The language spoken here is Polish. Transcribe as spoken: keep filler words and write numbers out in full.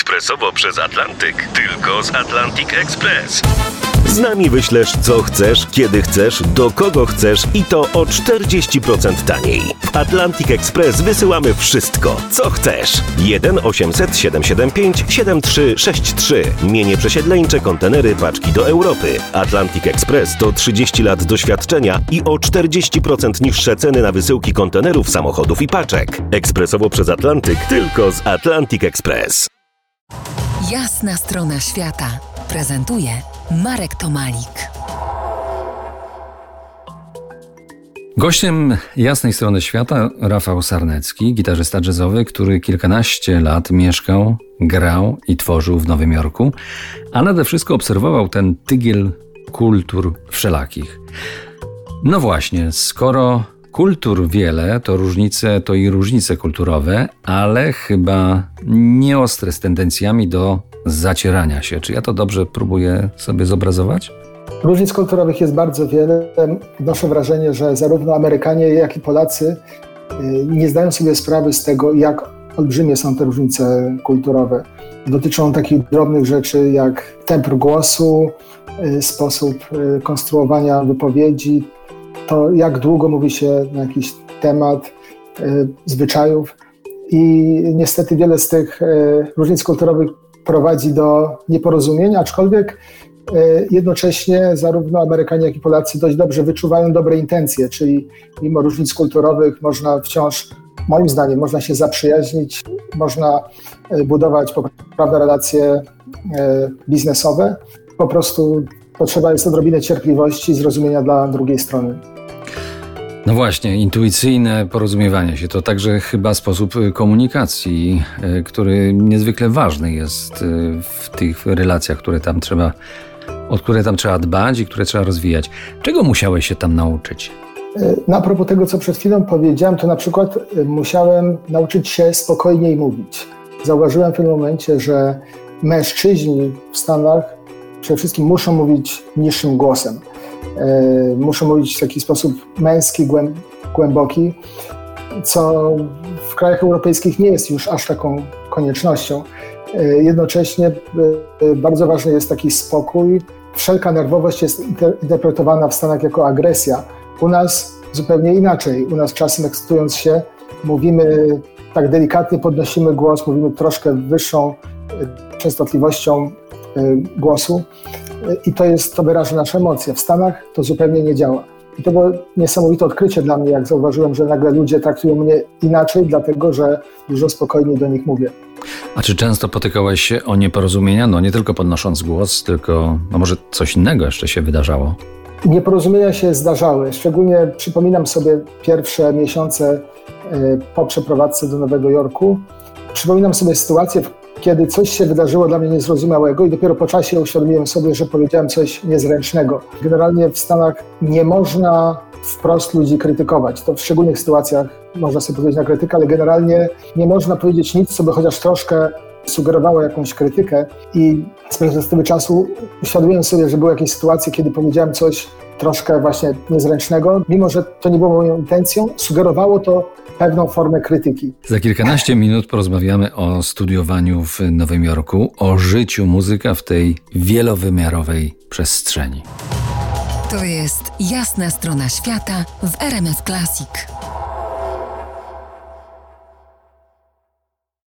ekspresowo przez Atlantyk. Tylko z Atlantic Express. Z nami wyślesz co chcesz, kiedy chcesz, do kogo chcesz i to o czterdzieści procent taniej. W Atlantic Express wysyłamy wszystko, co chcesz. jeden osiemset siedemset siedemdziesiąt pięć siedemdziesiąt trzy sześćdziesiąt trzy. Mienie przesiedleńcze, kontenery, paczki do Europy. Atlantic Express to trzydzieści lat doświadczenia i o czterdzieści procent niższe ceny na wysyłki kontenerów, samochodów i paczek. Ekspresowo przez Atlantyk, tylko z Atlantic Express. Jasna strona świata prezentuje Marek Tomalik. Gościem Jasnej Strony Świata Rafał Sarnecki, gitarzysta jazzowy, który kilkanaście lat mieszkał, grał i tworzył w Nowym Jorku, a nade wszystko obserwował ten tygiel kultur wszelakich. No właśnie, skoro kultur wiele, to różnice, to i różnice kulturowe, ale chyba nieostre z tendencjami do zacierania się. Czy ja to dobrze próbuję sobie zobrazować? Różnic kulturowych jest bardzo wiele. Odnoszę wrażenie, że zarówno Amerykanie, jak i Polacy nie zdają sobie sprawy z tego, jak olbrzymie są te różnice kulturowe. Dotyczą takich drobnych rzeczy jak temper głosu, sposób konstruowania wypowiedzi, to jak długo mówi się na jakiś temat, zwyczajów. I niestety wiele z tych różnic kulturowych prowadzi do nieporozumień, aczkolwiek jednocześnie zarówno Amerykanie, jak i Polacy dość dobrze wyczuwają dobre intencje, czyli mimo różnic kulturowych można wciąż, moim zdaniem, można się zaprzyjaźnić, można budować poprawne relacje biznesowe. Po prostu potrzeba jest odrobiny cierpliwości i zrozumienia dla drugiej strony. No właśnie, intuicyjne porozumiewanie się to także chyba sposób komunikacji, który niezwykle ważny jest w tych relacjach, które tam trzeba, o które tam trzeba dbać i które trzeba rozwijać. Czego musiałeś się tam nauczyć? Na propos tego, co przed chwilą powiedziałem, to na przykład musiałem nauczyć się spokojniej mówić. Zauważyłem w pewnym momencie, że mężczyźni w Stanach przede wszystkim muszą mówić niższym głosem. Muszą mówić w taki sposób męski, głęboki, co w krajach europejskich nie jest już aż taką koniecznością. Jednocześnie bardzo ważny jest taki spokój. Wszelka nerwowość jest interpretowana w Stanach jako agresja. U nas zupełnie inaczej. U nas czasem ekscytując się mówimy tak delikatnie, podnosimy głos, mówimy troszkę wyższą częstotliwością głosu. I to jest, to wyraża nasze emocje. W Stanach to zupełnie nie działa. I to było niesamowite odkrycie dla mnie, jak zauważyłem, że nagle ludzie traktują mnie inaczej, dlatego że dużo spokojniej do nich mówię. A czy często potykałeś się o nieporozumienia? No nie tylko podnosząc głos, tylko no może coś innego jeszcze się wydarzało? Nieporozumienia się zdarzały. Szczególnie przypominam sobie pierwsze miesiące po przeprowadzce do Nowego Jorku. Przypominam sobie sytuację, kiedy coś się wydarzyło dla mnie niezrozumiałego i dopiero po czasie uświadomiłem sobie, że powiedziałem coś niezręcznego. Generalnie w Stanach nie można wprost ludzi krytykować. To w szczególnych sytuacjach można sobie powiedzieć na krytykę, ale generalnie nie można powiedzieć nic, co by chociaż troszkę sugerowało jakąś krytykę. I z perspektywy czasu uświadomiłem sobie, że były jakieś sytuacje, kiedy powiedziałem coś troszkę właśnie niezręcznego. Mimo że to nie było moją intencją, sugerowało to pewną formę krytyki. Za kilkanaście minut porozmawiamy o studiowaniu w Nowym Jorku, o życiu muzyka w tej wielowymiarowej przestrzeni. To jest Jasna Strona Świata w R M F Classic.